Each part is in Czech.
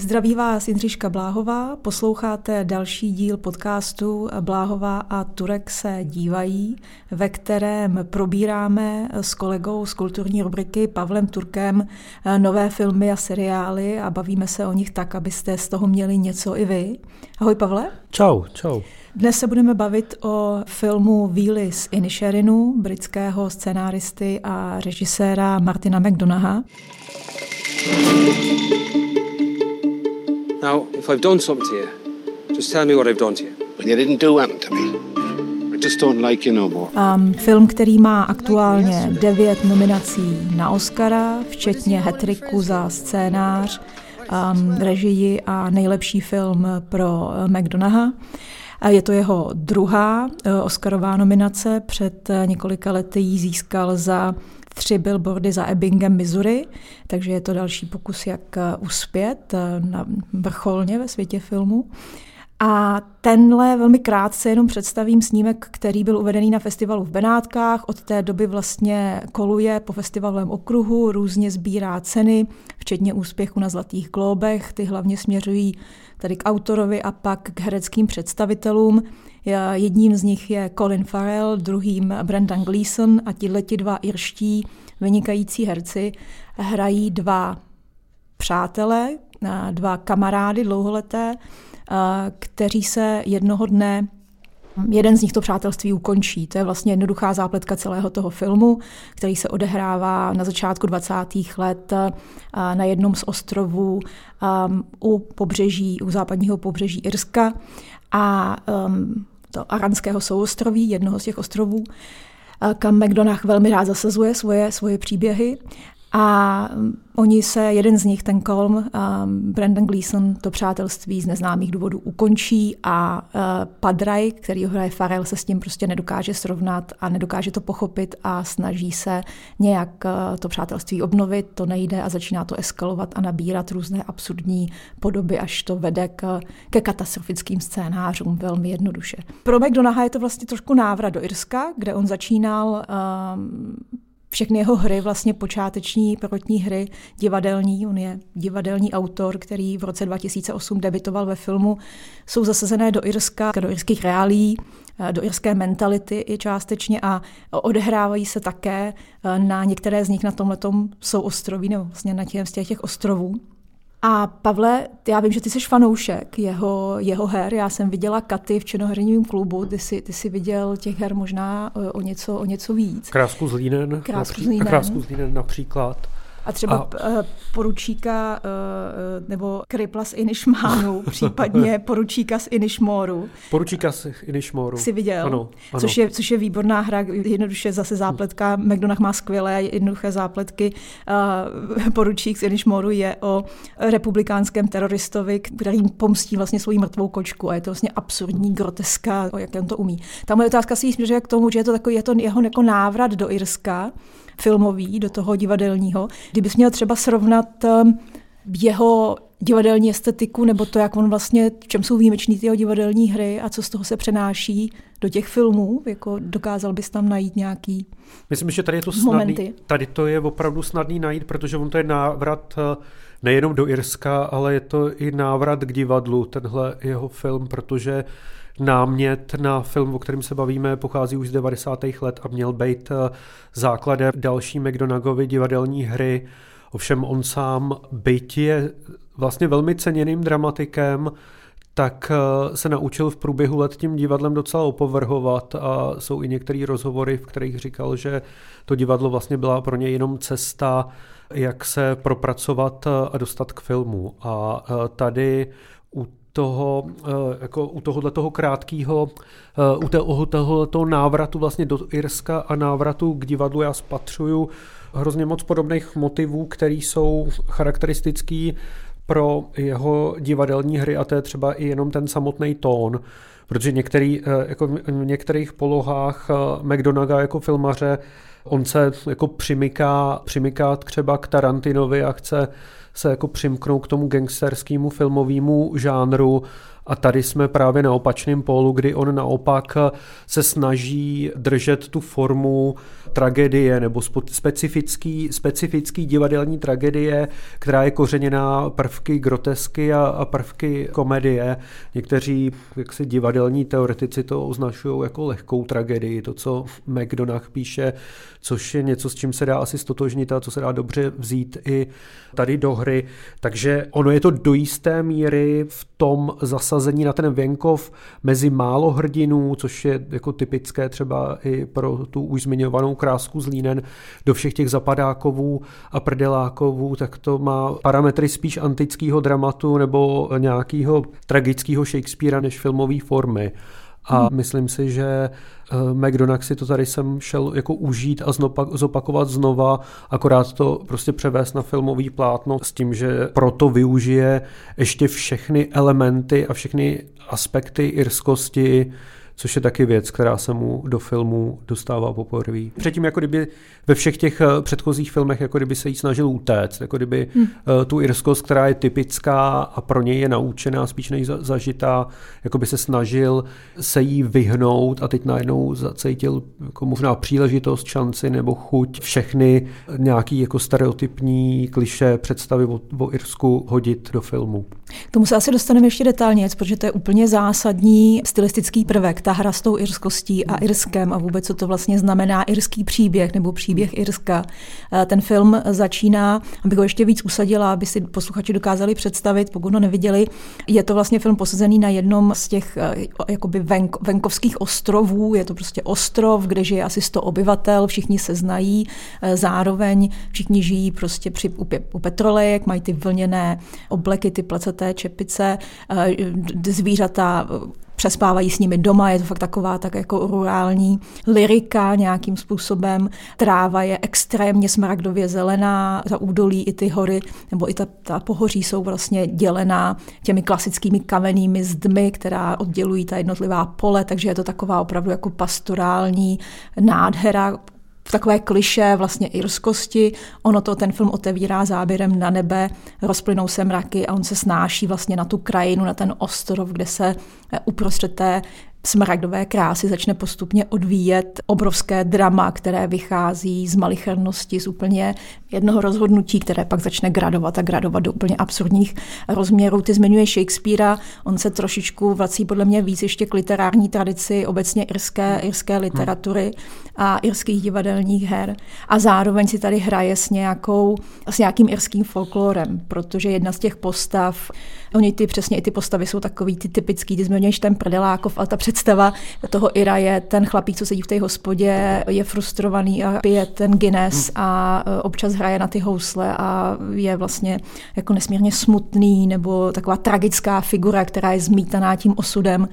Zdraví vás Jindřiška Bláhová, posloucháte další díl podcastu Bláhová a Turek se dívají, ve kterém probíráme s kolegou z kulturní rubriky Pavlem Turkem nové filmy a seriály a bavíme se o nich tak, abyste z toho měli něco i vy. Ahoj Pavle. Čau. Dnes se budeme bavit o filmu Víly z Inisherinu, britského scenáristy a režiséra Martina McDonaugha. Now, if I've done something to you, just tell me what I've done to you. But you didn't do anything to me. I just don't like you no more. Film, který má aktuálně 9 nominací na Oscara, včetně hat-tricku za scénář, režii a nejlepší film pro McDonaugha. Je to jeho druhá Oscarová nominace. Před několika lety ji získal za 3 billboardy za Ebbingem, Missouri, takže je to další pokus, jak uspět vrcholně ve světě filmu. A tenhle velmi krátce jenom představím snímek, který byl uvedený na festivalu v Benátkách. Od té doby vlastně koluje po festivalovém okruhu, různě sbírá ceny, včetně úspěchu na Zlatých glóbech. Ty hlavně směřují tady k autorovi a pak k hereckým představitelům. Jedním z nich je Colin Farrell, druhým Brendan Gleeson a tihleti dva irští vynikající herci hrají dva přátelé, dva kamarády dlouholeté, kteří se jednoho dne, jeden z nich to přátelství ukončí. To je vlastně jednoduchá zápletka celého toho filmu, který se odehrává na začátku 20. let na jednom z ostrovů u západního pobřeží Irska a to Aranského souostroví, jednoho z těch ostrovů, kam McDonagh velmi rád zasazuje svoje příběhy. A jeden z nich, ten Colm, Brendan Gleeson, to přátelství z neznámých důvodů ukončí a Padraig, který ho hraje Farrell, se s tím prostě nedokáže srovnat a nedokáže to pochopit a snaží se nějak to přátelství obnovit, to nejde a začíná to eskalovat a nabírat různé absurdní podoby, až to vede ke katastrofickým scénářům velmi jednoduše. Pro McDonagha je to vlastně trošku návrat do Irska, kde on začínal všechny jeho hry, vlastně počáteční prvotní hry divadelní, on je divadelní autor, který v roce 2008 debitoval ve filmu, jsou zasazené do Irska, do irských reálií, do irské mentality i částečně a odehrávají se také na některé z nich na tomhletom souostroví, nebo vlastně na těch ostrovů. A Pavle, já vím, že ty jsi fanoušek jeho her. Já jsem viděla Katy v Činoherním klubu. Ty jsi viděl těch her možná o něco víc. Krásku Zlínen například. A třeba poručíka nebo Kripla z Inishmánu, případně poručíka z Inishmoru. Poručíka z Inishmoru. Jsi viděl? Ano. Což je výborná hra, jednoduše zase zápletka. McDonagh má skvělé jednoduché zápletky. Poručík z Inishmoru je o republikánském teroristovi, který pomstí vlastně svou mrtvou kočku a je to vlastně absurdní groteska, jak on to umí. Ta moje otázka si směřuje k tomu, že je to jeho jako návrat do Irska, filmový, do toho divadelního. Kdybys měl třeba srovnat jeho divadelní estetiku, nebo to, jak on vlastně, v čem jsou výjimečný ty jeho divadelní hry a co z toho se přenáší do těch filmů, jako dokázal bys tam najít nějaký Myslím, že tady je to momenty. Snadný, tady to je opravdu snadný najít, protože on to je návrat nejenom do Irska, ale je to i návrat k divadlu, tenhle jeho film, protože námět na film, o kterém se bavíme, pochází už z 90. let a měl být základem další McDonaghovy divadelní hry. Ovšem on sám, byť je vlastně velmi ceněným dramatikem, tak se naučil v průběhu let tím divadlem docela opovrhovat a jsou i některé rozhovory, v kterých říkal, že to divadlo vlastně byla pro něj jenom cesta, jak se propracovat a dostat k filmu. A tady u tohoto krátkého, u tohoto návratu vlastně do Irska a návratu k divadlu já spatřuju hrozně moc podobných motivů, které jsou charakteristický pro jeho divadelní hry a to je třeba i jenom ten samotný tón, protože v některých polohách McDonagha jako filmaře on se jako přimyká třeba k Tarantinovi a chce se jako přimknou k tomu gangsterskému filmovému žánru. A tady jsme právě na opačném pólu, kdy on naopak se snaží držet tu formu tragédie nebo specifický divadelní tragédie, která je kořeněná prvky grotesky a prvky komedie. Někteří jaksi divadelní teoretici to označují jako lehkou tragédii, to, co McDonagh píše, což je něco, s čím se dá asi stotožnit a co se dá dobře vzít i tady do hry. Takže ono je to do jisté míry v tom zasazení na ten venkov mezi málo hrdinů, což je jako typické třeba i pro tu už zmiňovanou Krásku z Línen, do všech těch zapadákovů a prdelákovů, tak to má parametry spíš antického dramatu nebo nějakého tragického Shakespearea než filmové formy. A myslím si, že McDonagh si to tady sem šel jako užít a zopakovat znova, akorát to prostě převést na filmový plátno s tím, že proto využije ještě všechny elementy a všechny aspekty irskosti, což je taky věc, která se mu do filmu dostává poprvé. Předtím, jako kdyby ve všech těch předchozích filmech, jako kdyby se jí snažil utéct, jako kdyby tu irskost, která je typická a pro něj je naučená, spíš než zažitá, jako by se snažil se jí vyhnout a teď najednou zacítil jako možná příležitost, šanci nebo chuť všechny nějaký jako stereotypní klišé představy o Irsku hodit do filmu. K tomu se asi dostaneme ještě detailně, protože to je úplně zásadní stylistický prvek, ta hra s tou irskostí a Irskem a vůbec, co to vlastně znamená irský příběh nebo příběh Irska. Ten film začíná, abych ho ještě víc usadila, aby si posluchači dokázali představit, pokud ho neviděli, je to vlastně film posazený na jednom z těch jakoby venkovských ostrovů, je to prostě ostrov, kde žije asi 100 obyvatel, všichni se znají, zároveň všichni žijí prostě u petrolejek, mají ty vlněné obleky, ty plecaté čepice, zvířata přespávají s nimi doma, je to fakt taková tak jako rurální lyrika nějakým způsobem. Tráva je extrémně smaragdově zelená, ta údolí i ty hory, nebo i ta pohoří jsou vlastně dělená těmi klasickými kamennými zdmi, která oddělují ta jednotlivá pole, takže je to taková opravdu jako pastorální nádhera, v takové klišé vlastně irskosti. Ono to ten film otevírá záběrem na nebe, rozplynou se mraky a on se snáší vlastně na tu krajinu, na ten ostrov, kde se uprostřed té smaragdové krásy začne postupně odvíjet obrovské drama, které vychází z malichernosti, z úplně jednoho rozhodnutí, které pak začne gradovat do úplně absurdních rozměrů. Ty zmiňuješ Shakespearea, on se trošičku vrací podle mě víc ještě k literární tradici obecně irské literatury a irských divadelních her. A zároveň si tady hraje s nějakým irským folklorem, protože jedna z těch postav, přesně i ty postavy jsou takový ty typický, ty zmiňuješ ten Prdelákov a ta představa toho Ira je ten chlapík, co sedí v té hospodě, je frustrovaný a pije ten Guinness a občas hraje na ty housle a je vlastně jako nesmírně smutný nebo taková tragická figura, která je zmítaná tím osudem.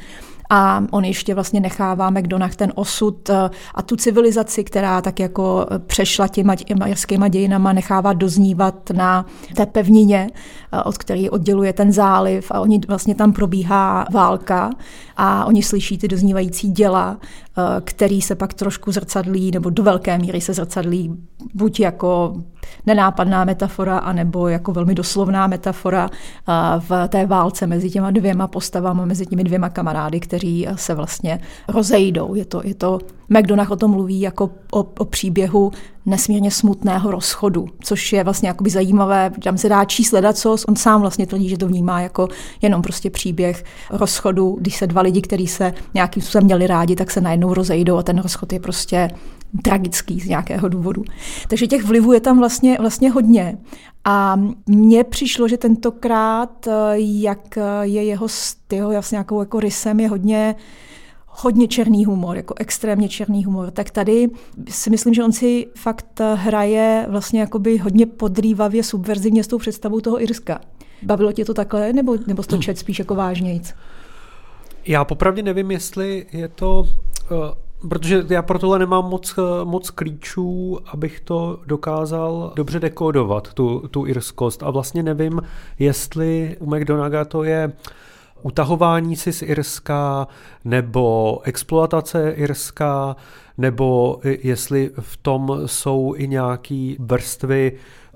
A on ještě vlastně nechává McDonagh ten osud a tu civilizaci, která tak jako přešla těma irskýma dějinama, nechává doznívat na té pevnině, od které odděluje ten záliv a oni vlastně tam probíhá válka a oni slyší ty doznívající děla, který se pak trošku zrcadlí, nebo do velké míry se zrcadlí buď jako nenápadná metafora, anebo jako velmi doslovná metafora v té válce mezi těma dvěma postavami, mezi těmi dvěma kamarády, kteří se vlastně rozejdou. Je to McDonagh o tom mluví jako o příběhu nesmírně smutného rozchodu, což je vlastně jakoby zajímavé, tam se dá číst ledacos, on sám vlastně tvrdí, že to vnímá jako jenom prostě příběh rozchodu, když se dva lidi, kteří se nějakým způsobem měli rádi, tak se najednou rozejdou a ten rozchod je prostě tragický z nějakého důvodu. Takže těch vlivů je tam vlastně hodně. A mně přišlo, že tentokrát, jak je jeho styl, vlastně nějakou jako rysem, je hodně černý humor, jako extrémně černý humor. Tak tady si myslím, že on si fakt hraje vlastně jakoby hodně podrývavě, subverzivně s tou představou toho Irska. Bavilo tě to takhle, nebo to čet spíš jako vážnějc? Já popravdě nevím, jestli je to... Protože já pro tohle nemám moc klíčů, abych to dokázal dobře dekodovat, tu irskost. A vlastně nevím, jestli u McDonagha to je utahování si z Irska, nebo exploatace Irska, nebo jestli v tom jsou i nějaký vrstvy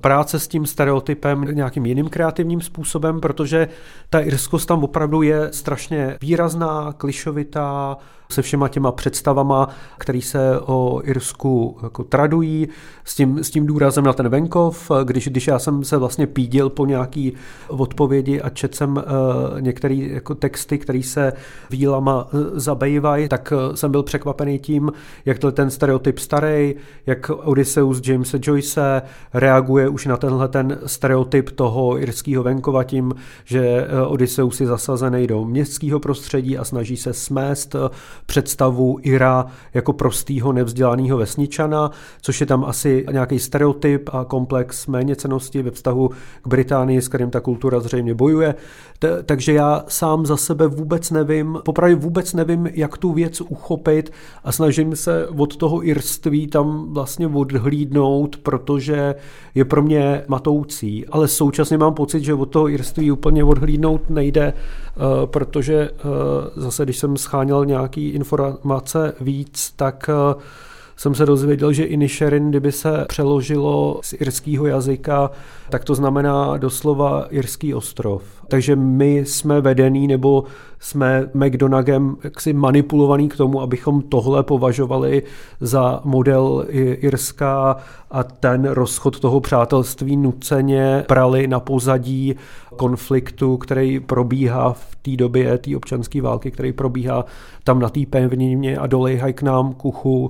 práce s tím stereotypem nějakým jiným kreativním způsobem, protože ta irskost tam opravdu je strašně výrazná, klišovitá, se všema těma představama, které se o Irsku jako tradují, s tím důrazem na ten venkov. Když já jsem se vlastně pídil po nějaký odpovědi a četl jsem některé jako texty, které se vílama zabývají, tak jsem byl překvapený tím, jak ten stereotyp starý, jak Odysseus Jamesa Joyce reaguje už na tenhle ten stereotyp toho irského venkova tím, že Odysseus je zasazený do městského prostředí a snaží se smést představu Ira jako prostýho nevzdělaného vesničana, což je tam asi nějaký stereotyp a komplex méněcennosti ve vztahu k Británii, s kterým ta kultura zřejmě bojuje. Takže já sám za sebe popravdě vůbec nevím, jak tu věc uchopit a snažím se od toho irství tam vlastně odhlídnout, protože je pro mě matoucí, ale současně mám pocit, že od toho irství úplně odhlídnout nejde, protože zase, když jsem scháněl nějaký informace víc, tak jsem se dozvěděl, že Inisherin, kdyby se přeložilo z irského jazyka, tak to znamená doslova irský ostrov. Takže my jsme vedení nebo jsme McDonaghem jaksi manipulovaný k tomu, abychom tohle považovali za model Irska a ten rozchod toho přátelství nuceně prali na pozadí konfliktu, který probíhá v té době, té občanské války, který probíhá tam na té pevnině a dolejhají k nám kuchu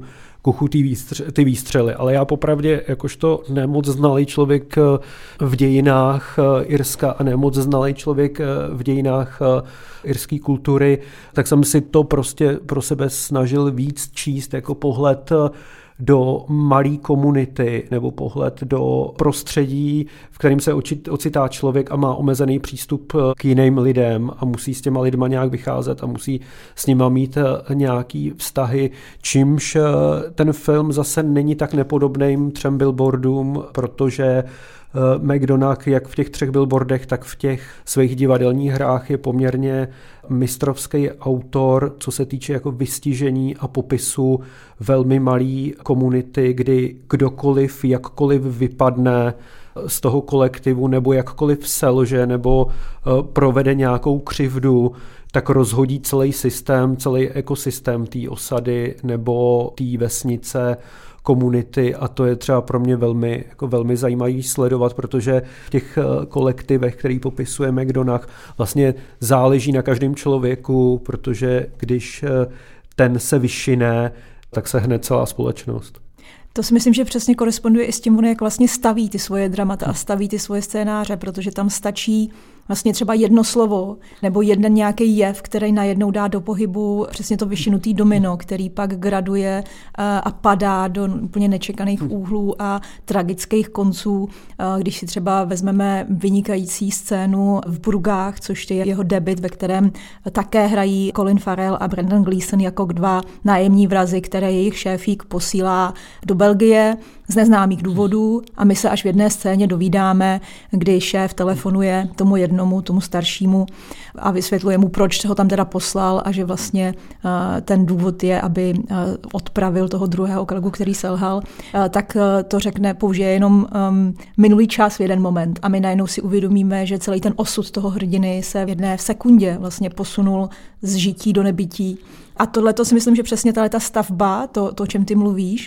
ty výstřely. Ale já popravdě, jakožto nemoc znalý člověk v dějinách Irska a nemoc znalý člověk v dějinách irské kultury, tak jsem si to prostě pro sebe snažil víc číst jako pohled do malé komunity nebo pohled do prostředí, v kterém se ocitá člověk a má omezený přístup k jiným lidem a musí s těma lidma nějak vycházet a musí s nima mít nějaký vztahy, čímž ten film zase není tak nepodobným 3 billboardům, protože McDonagh jak v těch 3 billboardech, tak v těch svých divadelních hrách je poměrně mistrovský autor, co se týče jako vystižení a popisu velmi malý komunity, kdy kdokoliv, jakkoliv vypadne z toho kolektivu nebo jakkoliv selže nebo provede nějakou křivdu, tak rozhodí celý systém, celý ekosystém té osady nebo té vesnice, komunity a to je třeba pro mě velmi zajímavý sledovat, protože v těch kolektivech, který popisuje McDonagh, vlastně záleží na každém člověku, protože když ten se vyšine, tak se hne celá společnost. To si myslím, že přesně koresponduje i s tím, jak vlastně staví ty svoje dramata a staví ty svoje scénáře, protože tam stačí vlastně třeba jedno slovo nebo jeden nějaký jev, který najednou dá do pohybu přesně to vyšinutý domino, který pak graduje a padá do úplně nečekaných úhlů a tragických konců. Když si třeba vezmeme vynikající scénu v Brugách, což je jeho debut, ve kterém také hrají Colin Farrell a Brendan Gleeson jako 2 nájemní vrazi, které jejich šéfík posílá do Belgie z neznámých důvodů a my se až v jedné scéně dovídáme, kdy šéf telefonuje tomu staršímu a vysvětluje mu, proč ho tam teda poslal a že vlastně ten důvod je, aby odpravil toho druhého kolegu, který selhal, tak to použije jenom minulý čas v jeden moment a my najednou si uvědomíme, že celý ten osud toho hrdiny se v jedné sekundě vlastně posunul z žití do nebytí. A tohle to si myslím, že přesně ta stavba, to, o čem ty mluvíš,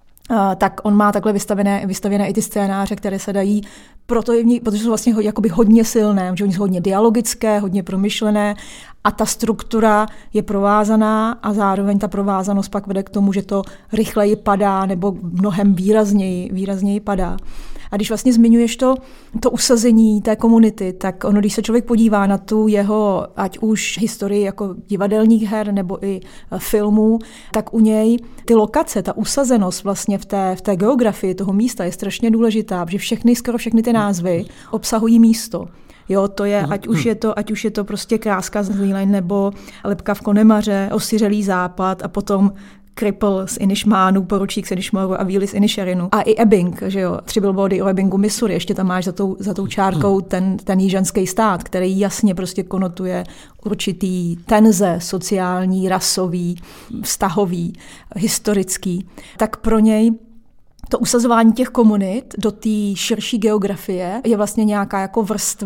tak on má takhle vystavěné i ty scénáře, které se dají, protože jsou vlastně jakoby hodně silné, že oni jsou hodně dialogické, hodně promyšlené a ta struktura je provázaná a zároveň ta provázanost pak vede k tomu, že to rychleji padá nebo mnohem výrazněji padá. A když vlastně zmiňuješ to usazení té komunity, tak ono, když se člověk podívá na tu jeho, ať už historii jako divadelních her nebo i filmů, tak u něj ty lokace, ta usazenost vlastně v té geografii toho místa je strašně důležitá, protože skoro všechny ty názvy obsahují místo. Jo, to je, ať už je to prostě Kráska z Zlín, nebo Lebka v Konemaře, Osiřelý západ a potom Cripple z Inishmánu, Poručík z Inishmoru a Víly z Inisherinu. A i Ebbing, že jo, 3 billboardy o Ebbingu, Missouri, ještě tam máš za tou čárkou ten jižanský stát, který jasně prostě konotuje určitý tenze, sociální, rasový, vztahový, historický. Tak pro něj to usazování těch komunit do té širší geografie je vlastně nějaká jako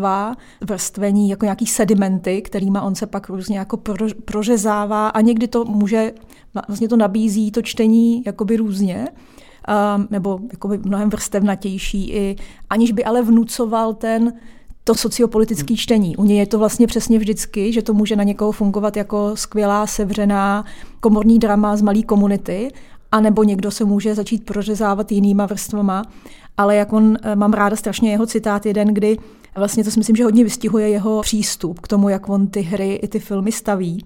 vrstvení, jako nějaký sedimenty, kterýma on se pak různě jako prořezává a někdy to může, vlastně to nabízí to čtení jakoby různě, nebo jakoby mnohem vrstevnatější, aniž by ale vnucoval to sociopolitické čtení. U něj je to vlastně přesně vždycky, že to může na někoho fungovat jako skvělá, sevřená komorní drama z malé komunity, anebo někdo se může začít prořezávat jinýma vrstvama, ale jak mám ráda strašně jeho citát jeden, kdy vlastně to si myslím, že hodně vystihuje jeho přístup k tomu, jak on ty hry i ty filmy staví.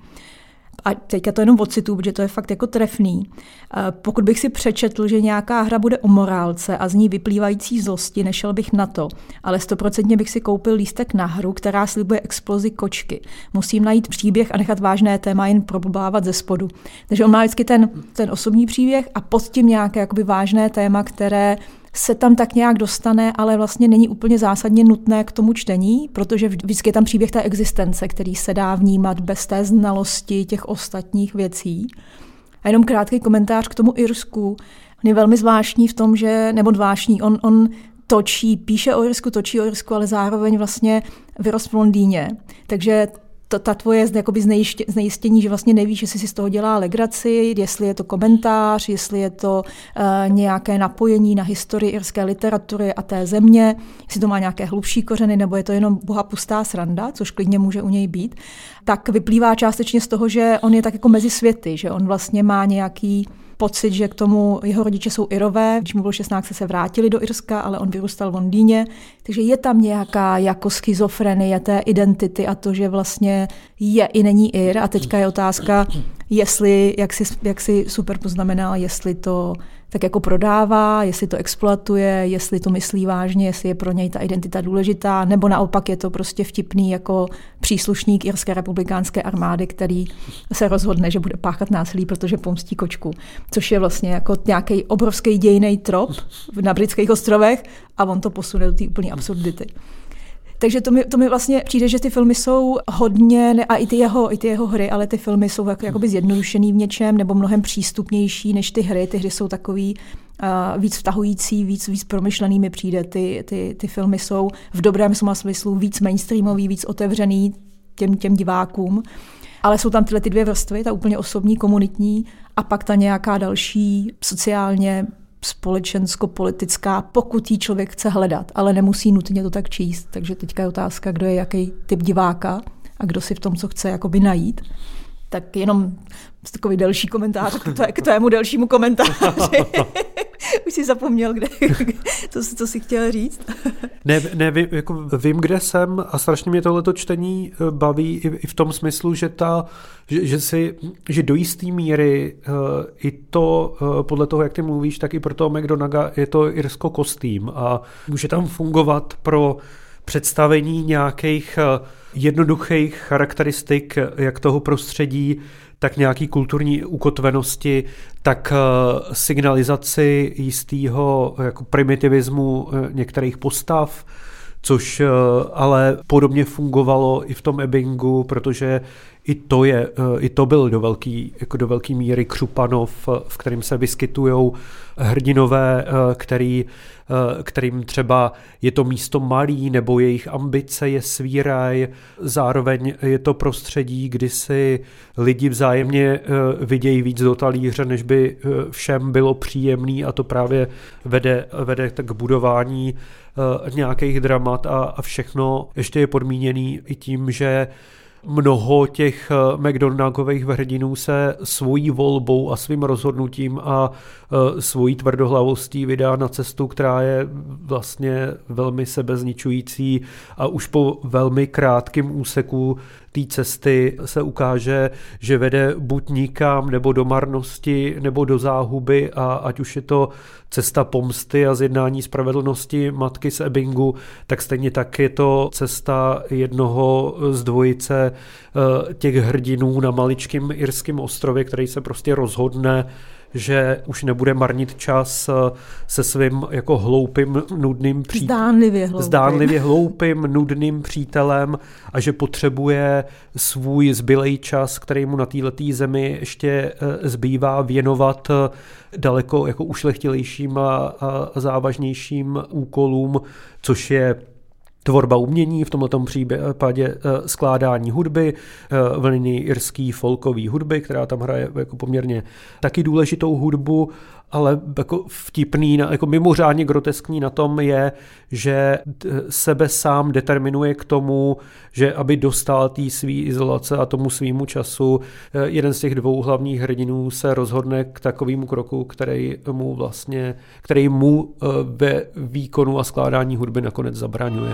A teďka to jenom odcituju, protože to je fakt jako trefný. Pokud bych si přečetl, že nějaká hra bude o morálce a z ní vyplývající zlosti, nešel bych na to, ale 100% bych si koupil lístek na hru, která slibuje explozi kočky. Musím najít příběh a nechat vážné téma jen probávat ze spodu. Takže on má vždycky ten osobní příběh a pod tím nějaké jakoby vážné téma, které se tam tak nějak dostane, ale vlastně není úplně zásadně nutné k tomu čtení, protože vždycky je tam příběh té existence, který se dá vnímat bez té znalosti těch ostatních věcí. A jenom krátký komentář k tomu Irsku. On je velmi zvláštní v tom, že, nebo zvláštní, on píše o Irsku, ale zároveň vlastně vyrost v Londýně. Takže ta tvoje jakoby znejistění, že vlastně nevíš, jestli si z toho dělá legraci, jestli je to komentář, jestli je to nějaké napojení na historii irské literatury a té země, jestli to má nějaké hlubší kořeny, nebo je to jenom bohapustá sranda, což klidně může u něj být, tak vyplývá částečně z toho, že on je tak jako mezi světy, že on vlastně má nějaký pocit, že k tomu jeho rodiče jsou Irové, když mu bylo 16, se vrátili do Irska, ale on vyrůstal v Londýně, takže je tam nějaká jako schizofrenie té identity a to, že vlastně je i není Ir. A teďka je otázka, jestli, jak si super poznamenal, jestli to tak jako prodává, jestli to exploatuje, jestli to myslí vážně, jestli je pro něj ta identita důležitá, nebo naopak je to prostě vtipný jako příslušník irské republikánské armády, který se rozhodne, že bude páchat násilí, protože pomstí kočku. Což je vlastně jako nějaký obrovský dějnej trop na Britských ostrovech a on to posune do té úplné absurdity. Takže to mi vlastně přijde, že ty filmy jsou hodně, a i ty jeho hry, ale ty filmy jsou jakoby zjednodušený v něčem nebo mnohem přístupnější než ty hry. Ty hry jsou takový víc vtahující, víc promyšlený mi přijde. Ty filmy jsou v dobrém slova smyslu víc mainstreamový, víc otevřený těm divákům. Ale jsou tam tyhle ty dvě vrstvy, ta úplně osobní, komunitní a pak ta nějaká další sociálně společensko-politická, pokud jí člověk chce hledat, ale nemusí nutně to tak číst. Takže teďka je otázka, kdo je jaký typ diváka a kdo si v tom, co chce jakoby najít. Tak jenom takový delší komentář k tvému delšímu komentáři. Už jsi zapomněl, co jsi chtěl říct. Ne, vím, kde jsem a strašně mě tohleto čtení baví i v tom smyslu, že do jisté míry i to, podle toho, jak ty mluvíš, tak i pro toho McDonaga je to irsko-kostým a může tam fungovat pro představení nějakých jednoduchých charakteristik, jak toho prostředí, tak nějaký kulturní ukotvenosti, tak signalizaci jistého jako primitivismu některých postav, což ale podobně fungovalo i v tom Ebbingu, protože i to byl do velký míry Křupanov, v kterým se vyskytujou hrdinové, kterým třeba je to místo malý, nebo jejich ambice je svíraj. Zároveň je to prostředí, kdy si lidi vzájemně vidějí víc do talíře, než by všem bylo příjemný a to právě vede k budování nějakých dramat a všechno ještě je podmíněný i tím, že mnoho těch McDonagových hrdinů se svojí volbou a svým rozhodnutím a svojí tvrdohlavostí vydá na cestu, která je vlastně velmi sebezničující a už po velmi krátkém úseku té cesty se ukáže, že vede buď nikam, nebo do marnosti, nebo do záhuby a ať už je to cesta pomsty a zjednání spravedlnosti matky z Ebbingu, tak stejně tak je to cesta jednoho z dvojice těch hrdinů na maličkém irském ostrově, který se prostě rozhodne, že už nebude marnit čas se svým jako hloupým, nudným zdánlivě hloupým, nudným přítelem a že potřebuje svůj zbylej čas, který mu na této zemi ještě zbývá, věnovat daleko jako ušlechtilejším a závažnějším úkolům, což je tvorba umění, v tomto případě skládání hudby, vlny irský folkový hudby, která tam hraje jako poměrně taky důležitou hudbu, ale jako vtipný, jako mimořádně groteskní na tom je, že sebe sám determinuje k tomu, že aby dostal té svý izolace a tomu svýmu času, jeden z těch dvou hlavních hrdinů se rozhodne k takovému kroku, který mu ve výkonu a skládání hudby nakonec zabraňuje.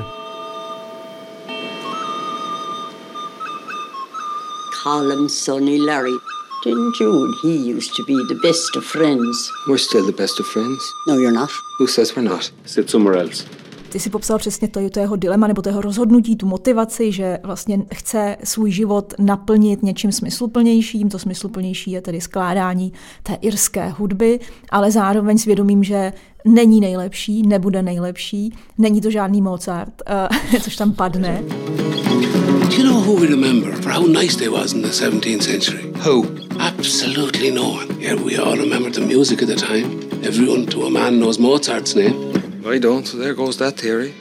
Colin, Sonny, Larry. Didn't you and he used to be the best of friends? We're still the best of friends. No, you're not. Who says we're not? Sit somewhere else. Ty si popsal přesně to jeho dilema nebo to jeho rozhodnutí, tu motivaci, že vlastně chce svůj život naplnit něčím smysluplnějším. To smysluplnější je tedy skládání té irské hudby, ale zároveň s vědomím, že není nejlepší, nebude nejlepší, není to žádný Mozart, což tam padne. Do you know who we remember for how nice they was in the 17th century? Who? Absolutely no one. Yeah, we all remember the music of the time. Everyone to a man knows Mozart's name. I don't, so there goes that theory.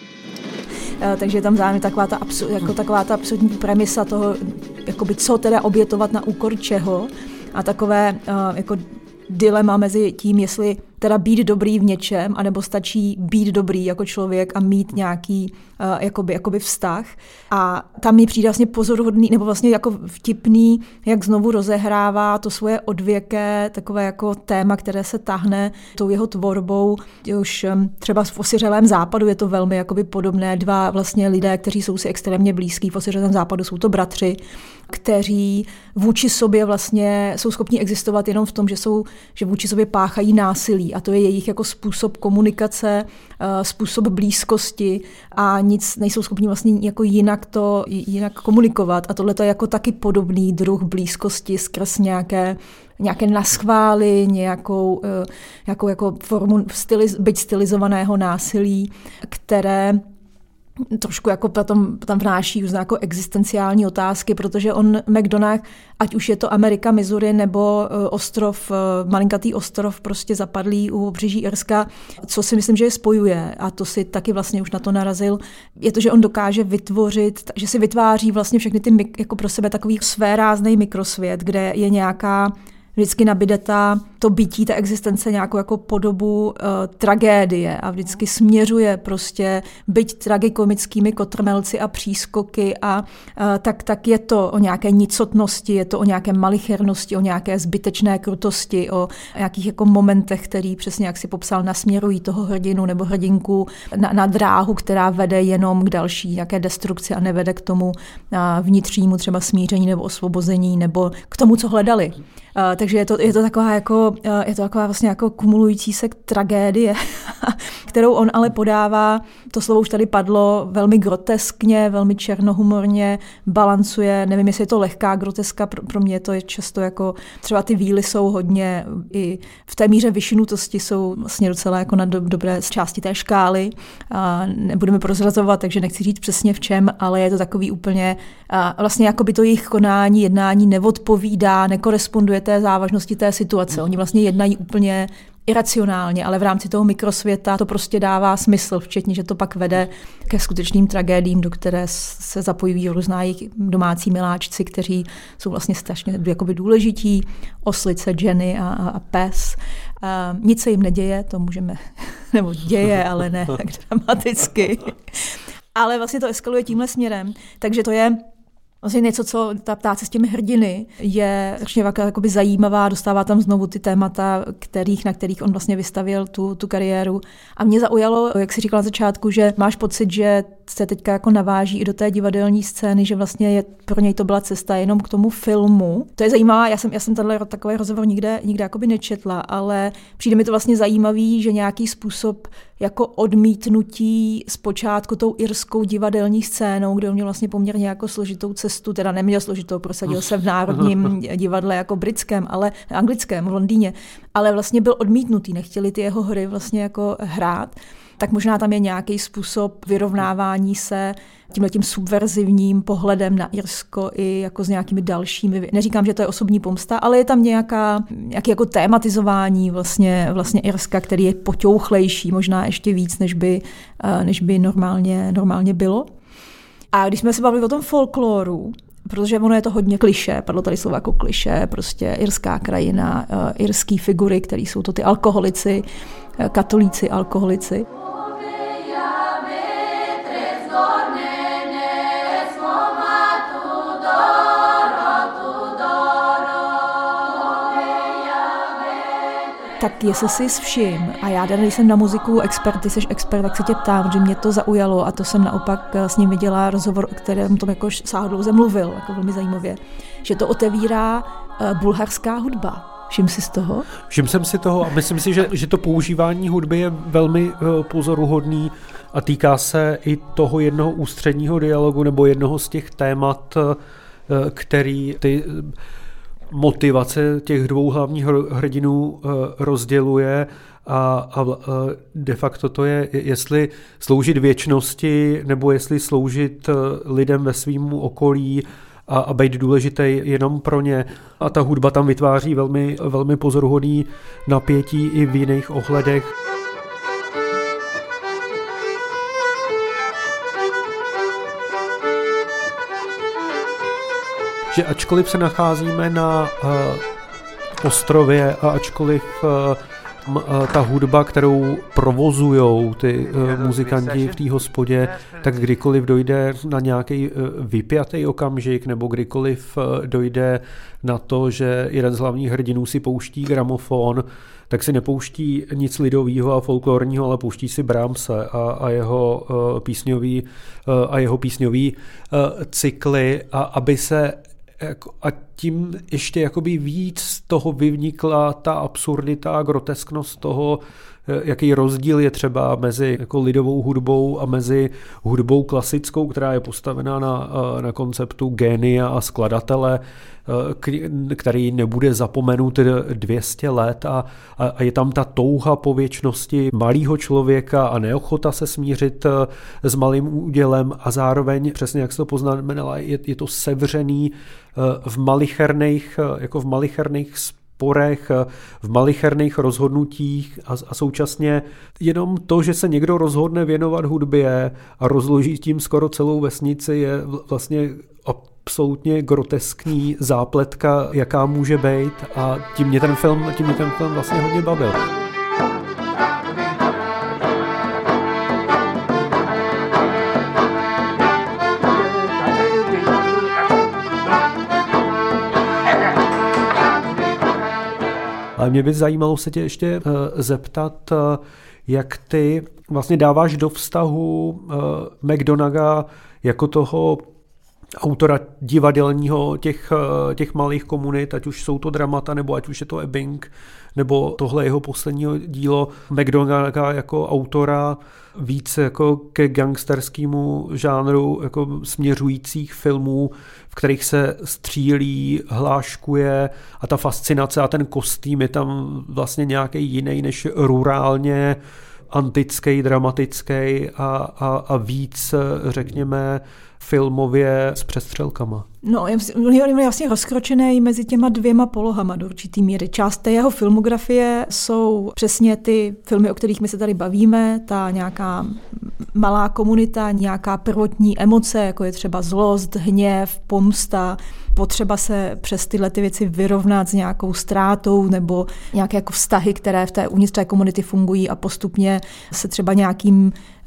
Takže je tam zároveň taková ta absurdní premisa toho, jakoby co teda obětovat na úkor čeho a takové jako dilema mezi tím, jestli teda být dobrý v něčem, anebo stačí být dobrý jako člověk a mít nějaký jakoby vztah. A tam mi přijde vlastně pozoruhodný, nebo vlastně jako vtipný, jak znovu rozehrává to svoje odvěké, takové jako téma, které se tahne tou jeho tvorbou. Už třeba v Osiřelém západu je to velmi jakoby podobné. Dva vlastně lidé, kteří jsou si extrémně blízký. V Osiřelém západu jsou to bratři, kteří vůči sobě vlastně jsou schopni existovat jenom v tom, že vůči sobě páchají násilí. A to je jejich jako způsob komunikace, způsob blízkosti a nic nejsou schopni vlastně jako jinak komunikovat. A tohle je jako taky podobný druh blízkosti skrz nějaké naschvály, nějakou jako formu byť stylizovaného násilí, které trošku jako tam vnáší různé jako existenciální otázky, protože McDonagh, ať už je to Amerika, Missouri nebo malinkatý ostrov prostě zapadlý u pobřeží Irska, co si myslím, že je spojuje, a to si taky vlastně už na to narazil, je to, že on dokáže vytvořit, že si vytváří vlastně všechny ty jako pro sebe takový svéráznej mikrosvět, kde je nějaká vždycky nabíde to bytí, ta existence nějakou jako podobu tragédie a vždycky směřuje prostě byť tragikomickými kotrmelci a přískoky a tak je to o nějaké nicotnosti, je to o nějaké malichernosti, o nějaké zbytečné krutosti, o nějakých jako momentech, který přesně jak si popsal, nasměrují toho hrdinu nebo hrdinku na dráhu, která vede jenom k další nějaké destrukci a nevede k tomu vnitřnímu třeba smíření nebo osvobození nebo k tomu, co hledali. Takže je to taková vlastně jako kumulující se tragédie, kterou on ale podává, to slovo už tady padlo, velmi groteskně, velmi černohumorně, balancuje, nevím, jestli je to lehká groteska, pro mě to je často jako, třeba ty víly jsou hodně, i v té míře vyšinutosti jsou vlastně docela jako na dobré části té škály. Nebudeme prozrazovat, takže nechci říct přesně v čem, ale je to takový úplně, vlastně jako by to jejich konání, jednání neodpovídá, nekoresponduje té závažnosti té situace. Oni vlastně jednají úplně iracionálně, ale v rámci toho mikrosvěta to prostě dává smysl, včetně, že to pak vede ke skutečným tragédiím, do které se zapojují různá jejich domácí miláčci, kteří jsou vlastně strašně jakoby důležití, oslice Jenny a pes. Nic se jim neděje, to můžeme, nebo děje, ale ne tak dramaticky. Ale vlastně to eskaluje tímhle směrem, takže to je vlastně něco, co ta ptáce s těmi hrdiny je strašně jakoby zajímavá, dostává tam znovu ty témata, na kterých on vlastně vystavěl tu kariéru. A mě zaujalo, jak jsi říkala na začátku, že máš pocit, že se teďka jako naváží i do té divadelní scény, že vlastně pro něj to byla cesta jenom k tomu filmu. To je zajímavá, já jsem takový rozhovor nikde jakoby nečetla, ale přijde mi to vlastně zajímavý, že nějaký způsob jako odmítnutí zpočátku tou irskou divadelní scénou, kde on měl vlastně poměrně jako složitou cestu, teda neměl složitou, prosadil se v Národním divadle jako britském, ale anglickém v Londýně, ale vlastně byl odmítnutý, nechtěli ty jeho hry vlastně jako hrát. Tak možná tam je nějaký způsob vyrovnávání se tímhletím subverzivním pohledem na Irsko i jako s nějakými dalšími. Neříkám, že to je osobní pomsta, ale je tam nějaké jako tématizování vlastně Irska, který je poťouchlejší, možná ještě víc, než by normálně bylo. A když jsme se bavili o tom folkloru, protože ono je to hodně klišé, padlo tady slovo jako klišé, prostě irská krajina, irský figury, který jsou to ty alkoholici, katolíci, alkoholici. Tak jestli jsi všim, a já tady nejsem na muziku expert, ty jsi expert, tak se tě ptám, že mě to zaujalo a to jsem naopak s ním viděla rozhovor, o kterém tom jako sáhodlouze mluvil, jako velmi zajímavě, že to otevírá bulharská hudba. Všim si z toho? Všim jsem si toho a myslím si, že to používání hudby je velmi pozoruhodný a týká se i toho jednoho ústředního dialogu nebo jednoho z těch témat, který ty motivace těch dvou hlavních hrdinů rozděluje a de facto to je, jestli sloužit věčnosti nebo jestli sloužit lidem ve svým okolí a být důležitý jenom pro ně. A ta hudba tam vytváří velmi, velmi pozoruhodný napětí i v jiných ohledech. Že ačkoliv se nacházíme na ostrově a ačkoliv ta hudba, kterou provozujou ty muzikanti v té hospodě, tak kdykoliv dojde na nějaký vypjatý okamžik nebo kdykoliv dojde na to, že jeden z hlavních hrdinů si pouští gramofon, tak si nepouští nic lidového a folklorního, ale pouští si Brahmse a jeho písňový cykly, a aby se a tím ještě jakoby víc z toho vyvnikla ta absurdita a grotesknost toho, jaký rozdíl je třeba mezi jako lidovou hudbou a mezi hudbou klasickou, která je postavená na konceptu génia a skladatele, který nebude zapomenut 200 let a je tam ta touha po věčnosti malého člověka a neochota se smířit s malým údělem a zároveň, přesně jak se to poznamenala, je to sevřený v malicherných sporech, v malicherných rozhodnutích a současně jenom to, že se někdo rozhodne věnovat hudbě a rozloží tím skoro celou vesnici, je vlastně absolutně groteskní zápletka, jaká může být, a tím mě ten film vlastně hodně bavil. Ale mě by zajímalo se tě ještě zeptat, jak ty vlastně dáváš do vztahu McDonagha jako toho autora divadelního těch malých komunit, ať už jsou to dramata, nebo ať už je to Ebbing, nebo tohle jeho posledního dílo McDonagha jako autora víc jako ke gangsterskému žánru jako směřujících filmů, v kterých se střílí, hláškuje a ta fascinace a ten kostým je tam vlastně nějaký jiný než rurálně antický, dramatický a víc, řekněme, filmově s přestřelkama. No, on je vlastně rozkročený mezi těma dvěma polohama do určitý míry. Část té jeho filmografie jsou přesně ty filmy, o kterých my se tady bavíme, ta nějaká malá komunita, nějaká prvotní emoce, jako je třeba zlost, hněv, pomsta, potřeba se přes tyhle ty věci vyrovnat s nějakou ztrátou nebo nějaké jako vztahy, které v té uvnitř té komunity fungují a postupně se třeba nějakým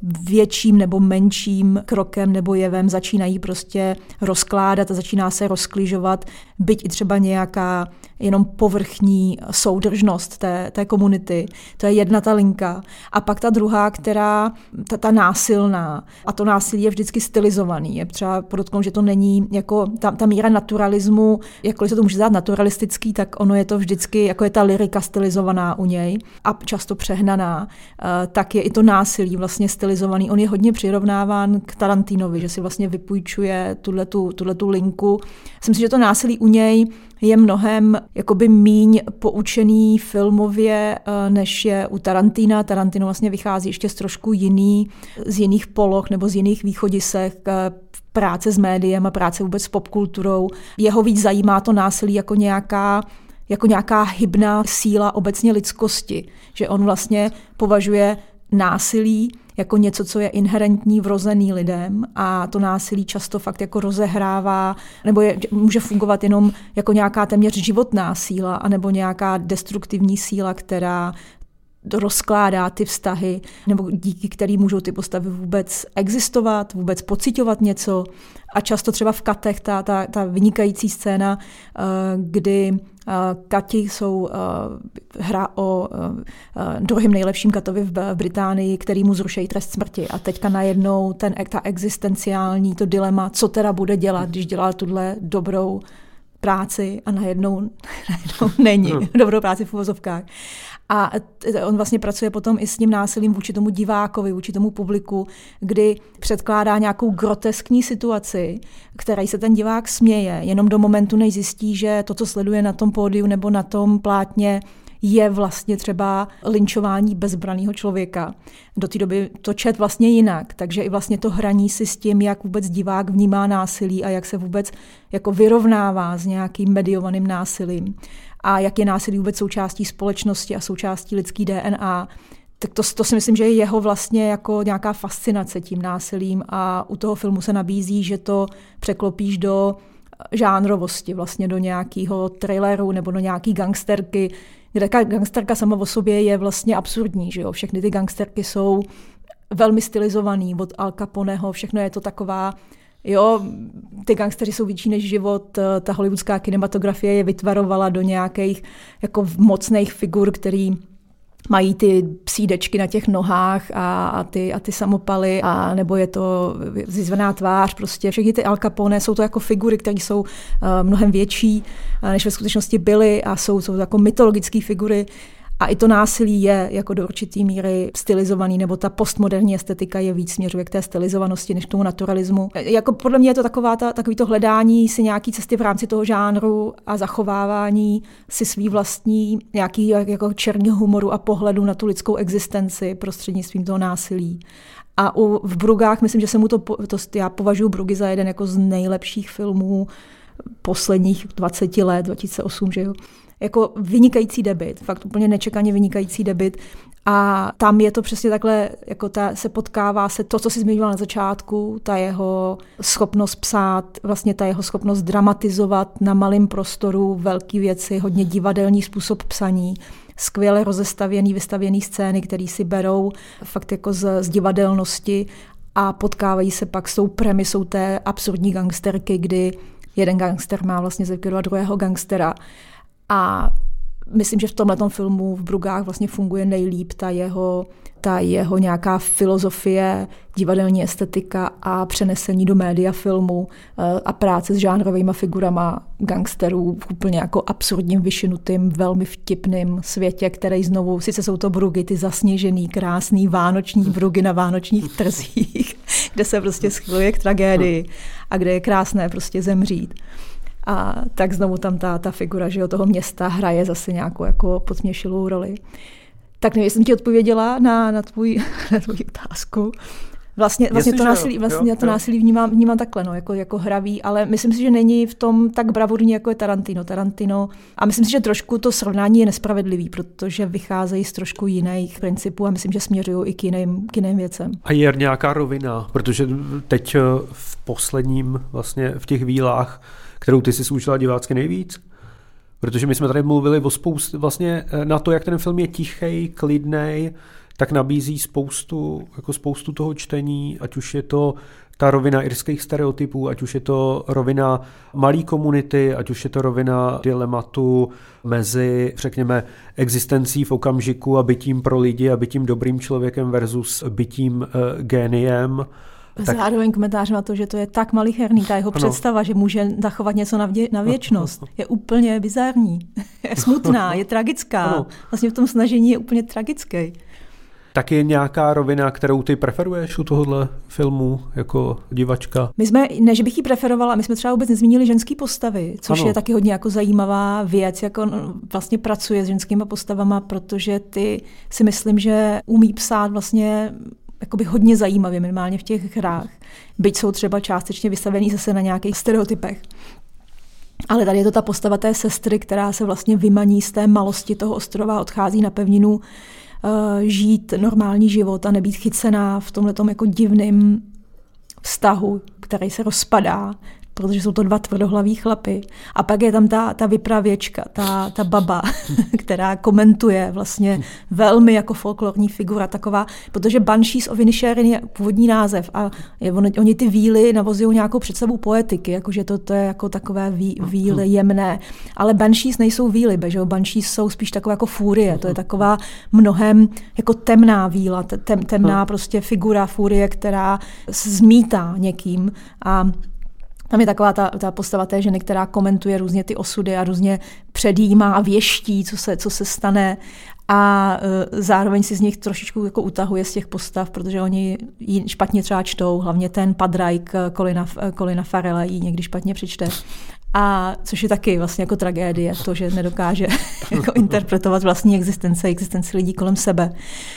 větším nebo menším krokem nebo jevem začínají prostě rozkládat a začíná se rozkližovat, byť i třeba nějaká jenom povrchní soudržnost té komunity. To je jedna ta linka. A pak ta druhá, která, ta násilná. A to násilí je vždycky stylizovaný. Je třeba podotknout, že to není jako ta míra naturalismu, jakkoliv se to může zdát naturalistický, tak ono je to vždycky, jako je ta lyrika stylizovaná u něj a často přehnaná, tak je i to násilí vlastně stylizovaný. On je hodně přirovnáván k Tarantinovi, že si vlastně vypůjčuje tuhletu linku. Myslím si, že to násilí u něj je mnohem jakoby míň poučený filmově, než je u Tarantina. Tarantino vlastně vychází ještě z trošku z jiných poloh nebo z jiných východisek práce s médiem a práce vůbec s popkulturou. Jeho víc zajímá to násilí jako nějaká hybná síla obecně lidskosti, že on vlastně považuje násilí jako něco, co je inherentní, vrozený lidem a to násilí často fakt jako rozehrává, nebo může fungovat jenom jako nějaká téměř životná síla, anebo nějaká destruktivní síla, která rozkládá ty vztahy, nebo díky který můžou ty postavy vůbec existovat, vůbec pociťovat něco. A často třeba v Katech ta vynikající scéna, kdy Kati hra o druhým nejlepším katovi v Británii, který mu zrušejí trest smrti. A teďka najednou ta existenciální, to dilema, co teda bude dělat, když dělá tuhle dobrou práci a najednou není dobrou práci v uvozovkách. A on vlastně pracuje potom i s tím násilím vůči tomu divákovi, vůči tomu publiku, kdy předkládá nějakou groteskní situaci, které se ten divák směje, jenom do momentu, než zjistí, že to, co sleduje na tom pódiu nebo na tom plátně, je vlastně třeba lynčování bezbranného člověka. Do té doby to čet vlastně jinak, takže i vlastně to hraní si s tím, jak vůbec divák vnímá násilí a jak se vůbec jako vyrovnává s nějakým mediovaným násilím a jak je násilí vůbec součástí společnosti a součástí lidský DNA. Tak to si myslím, že je jeho vlastně jako nějaká fascinace tím násilím a u toho filmu se nabízí, že to překlopíš do žánrovosti, vlastně do nějakého thrilleru nebo do nějaký gangsterky, kde ta gangsterka sama o sobě je vlastně absurdní, že jo? Všechny ty gangsterky jsou velmi stylizovaný od Al Caponeho, všechno je to taková, jo, ty gangsteři jsou větší než život, ta hollywoodská kinematografie je vytvarovala do nějakých jako mocných figur, který mají ty psídečky na těch nohách a ty samopaly, a nebo je to zizvená tvář, prostě všechny ty Al Capone jsou to jako figury, které jsou mnohem větší, než ve skutečnosti byly a jsou jako mytologické figury. A i to násilí je jako do určitý míry stylizovaný, nebo ta postmoderní estetika je víc směřuje k té stylizovanosti než k tomu naturalismu. Jako podle mě je to takový to hledání si nějaký cesty v rámci toho žánru a zachovávání si svý vlastní nějaký jako černého humoru a pohledu na tu lidskou existenci prostřednictvím toho násilí. A v Brugách, myslím, že se mu já považuji Brugy za jeden jako z nejlepších filmů posledních 20 let, 2008, že jo. Jako vynikající debut, fakt úplně nečekaně vynikající debut. A tam je to přesně takhle, jako se potkává se to, co jsi zmiňovala na začátku, ta jeho schopnost psát, vlastně ta jeho schopnost dramatizovat na malém prostoru velké věci, hodně divadelní způsob psaní, skvěle rozestavěný, vystavěný scény, které si berou fakt jako z divadelnosti a potkávají se pak s tou premisou té absurdní gangsterky, kdy jeden gangster má vlastně zlikvidovat druhého gangstera. A myslím, že v tomhletom filmu v Brugách vlastně funguje nejlíp ta jeho nějaká filozofie, divadelní estetika a přenesení do média filmu a práce s žánrovými figurama gangsterů v úplně jako absurdním, vyšinutým, velmi vtipným světě, který znovu, sice jsou to Brugy, ty zasněžený, krásný vánoční Brugy na vánočních trzích, kde se prostě schyluje k tragédii a kde je krásné prostě zemřít. A tak znovu tam ta figura, že jo, toho města hraje zase nějakou jako podsměšilou roli. Tak nevím, jsem ti odpověděla na tvoji otázku. Vlastně to násilí vnímám takhle, no, jako hravý, ale myslím si, že není v tom tak bravurní, jako je Tarantino. A myslím si, že trošku to srovnání je nespravedlivý, protože vycházejí z trošku jiných principů a myslím, že směřují i k jiným věcem. A je nějaká rovina, protože teď v posledním, vlastně v těch vílách, kterou ty jsi učila divácky nejvíc? Protože my jsme tady mluvili o spoustě vlastně na to, jak ten film je tichej, klidnej, tak nabízí spoustu toho čtení, ať už je to ta rovina irských stereotypů, ať už je to rovina malé komunity, ať už je to rovina dilematu mezi, řekněme, existencí v okamžiku a bytím pro lidi a bytím dobrým člověkem versus bytím géniem. Zároveň komentář na to, že to je tak malicherný, ta jeho představa, že může zachovat něco na věčnost, je úplně bizarní, je smutná, je tragická. Vlastně v tom snažení je úplně tragický. Tak je nějaká rovina, kterou ty preferuješ u tohohle filmu jako divačka? My jsme, ne, že bych ji preferovala, my jsme třeba vůbec nezmínili ženský postavy, což je taky hodně jako zajímavá věc, jako vlastně pracuje s ženskýma postavama, protože ty si myslím, že umí psát vlastně jakoby hodně zajímavě, minimálně v těch hrách. Byť jsou třeba částečně vystavený zase na nějakých stereotypech. Ale tady je to ta postava té sestry, která se vlastně vymaní z té malosti toho ostrova, odchází na pevninu žít normální život a nebýt chycená v tomhletom jako divným vztahu, který se rozpadá, protože jsou to dva tvrdohlaví chlapy. A pak je tam ta vypravěčka, ta baba, která komentuje vlastně velmi jako folklorní figura taková, protože Banshees of Inisherin je původní název a oni ty víly navozují nějakou představu poetiky, jakože to je jako takové víly jemné. Ale Banshees nejsou víly, že Banshees jsou spíš takové jako fúrie, to je taková mnohem jako temná víla, temná prostě figura fúrie, která zmítá někým a tam je taková ta postava té ženy, která komentuje různě ty osudy a různě předjímá a věští, co se stane a zároveň si z nich trošičku jako utahuje z těch postav, protože oni ji špatně třeba čtou, hlavně ten padrajk Colina Farrella ji někdy špatně přečte. A což je taky vlastně jako tragédie, to, že nedokáže jako interpretovat vlastní existenci lidí kolem sebe.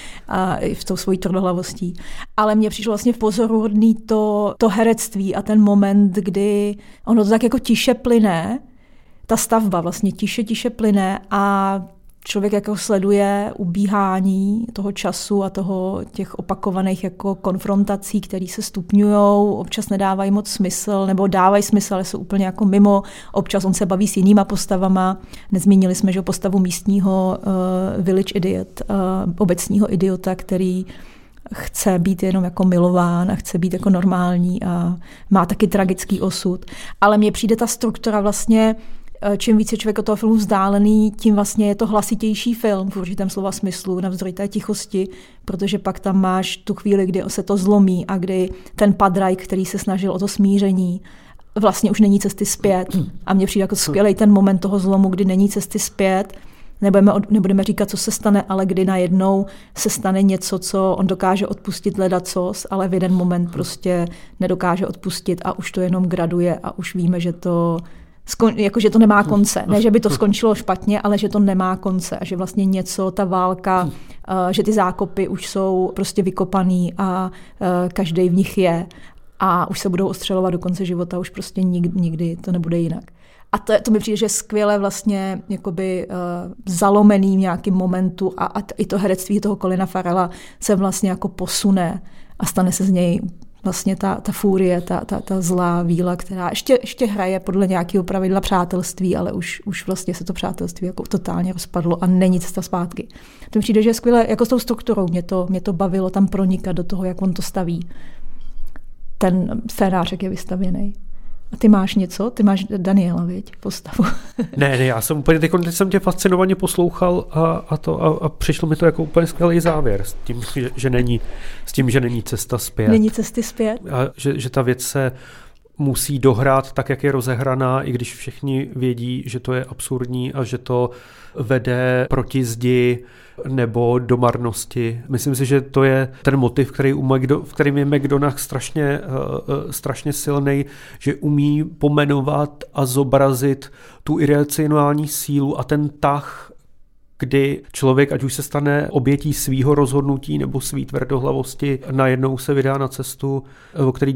A v tou svojí tvrdohlavostí. Ale mně přišlo vlastně pozoruhodný to herectví a ten moment, kdy ono to tak jako tiše plyne, ta stavba vlastně tiše plyne a člověk jako sleduje ubíhání toho času a těch opakovaných jako konfrontací, které se stupňujou, občas nedávají moc smysl, nebo dávají smysl, ale jsou úplně jako mimo. Občas on se baví s jinýma postavama. Nezmínili jsme, že postavu místního village idiot, obecního idiota, který chce být jenom jako milován a chce být jako normální a má taky tragický osud. Ale mně přijde ta struktura vlastně, čím více člověk od toho filmu vzdálený, tím vlastně je to hlasitější film v určitém slova smyslu, navzdory té tichosti, protože pak tam máš tu chvíli, kdy se to zlomí a kdy ten padrajk, který se snažil o to smíření, vlastně už není cesty zpět. A mně přijde jako skvělej ten moment toho zlomu, kdy není cesty zpět, nebudeme říkat, co se stane, ale kdy najednou se stane něco, co on dokáže odpustit ledacos, ale v jeden moment prostě nedokáže odpustit a už to jenom graduje a už víme, že to že to nemá konce. Ne, že by to skončilo špatně, ale že to nemá konce a že vlastně něco, ta válka, že ty zákopy už jsou prostě vykopaný a každý v nich je a už se budou ostřelovat do konce života, už prostě nikdy to nebude jinak. A to mi přijde, že je skvěle vlastně jakoby zalomený v nějakém momentu a i to herectví toho Colina Farrella se vlastně jako posune a stane se z něj vlastně ta fúrie, ta zlá víla, která ještě hraje podle nějakého pravidla přátelství, ale už vlastně se to přátelství jako totálně rozpadlo a není cesta zpátky. To mi přijde, že je skvěle, jako s tou strukturou, mě to bavilo tam pronikat do toho, jak on to staví. Ten scénář, jak je vystavěný. A ty máš něco? Ty máš Daniela, viď? Postavu. Ne, já jsem úplně, teď jsem tě fascinovaně poslouchal a přišlo mi to jako úplně skvělý závěr s tím, že není cesta zpět. Není cesty zpět. A že ta věc se musí dohrát tak, jak je rozehraná, i když všichni vědí, že to je absurdní a že to vede proti zdi nebo do marnosti. Myslím si, že to je ten motiv, v kterým je McDonagh strašně silný, že umí pomenovat a zobrazit tu iracionální sílu a ten tah, kdy člověk, ať už se stane obětí svýho rozhodnutí nebo svý tvrdohlavosti, najednou se vydá na cestu, o který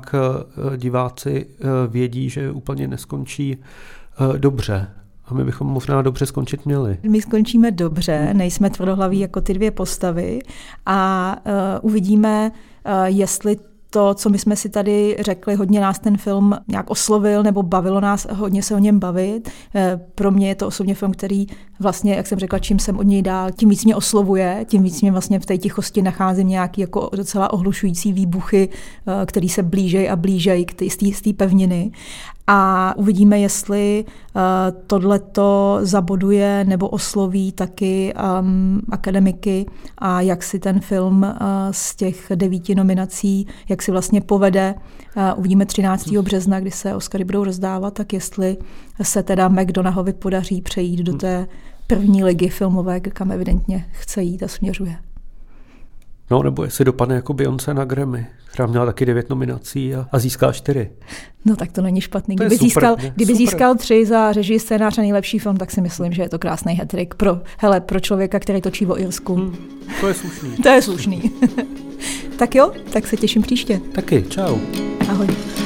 diváci vědí, že úplně neskončí dobře. A my bychom možná dobře skončit měli. My skončíme dobře, nejsme tvrdohlaví jako ty dvě postavy a uvidíme, jestli to, co my jsme si tady řekli, hodně nás ten film nějak oslovil nebo bavilo nás hodně se o něm bavit. Pro mě je to osobně film, který vlastně, jak jsem řekla, čím jsem od něj dál, tím víc mě oslovuje, tím víc mě vlastně v té tichosti nacházím nějaký jako docela ohlušující výbuchy, který se blížej a blížej z té pevniny. A uvidíme, jestli tohleto zaboduje nebo osloví taky akademiky a jak si ten film z těch 9 nominací, jak si vlastně povede. Uvidíme 13. března, kdy se Oscary budou rozdávat, tak jestli se teda McDonaghovi podaří přejít do té první ligy filmové, kam evidentně chce jít a směřuje. No, nebo jestli dopadne jako Beyoncé na Grammy, která měla taky 9 nominací a získá 4. No tak to není špatný. Kdyby získal 3 za režii, scénář a nejlepší film, tak si myslím, že je to krásný hat-trick pro člověka, který točí o Irsku. To je slušný. To je slušný. Tak jo, tak se těším příště. Taky, čau. Ahoj.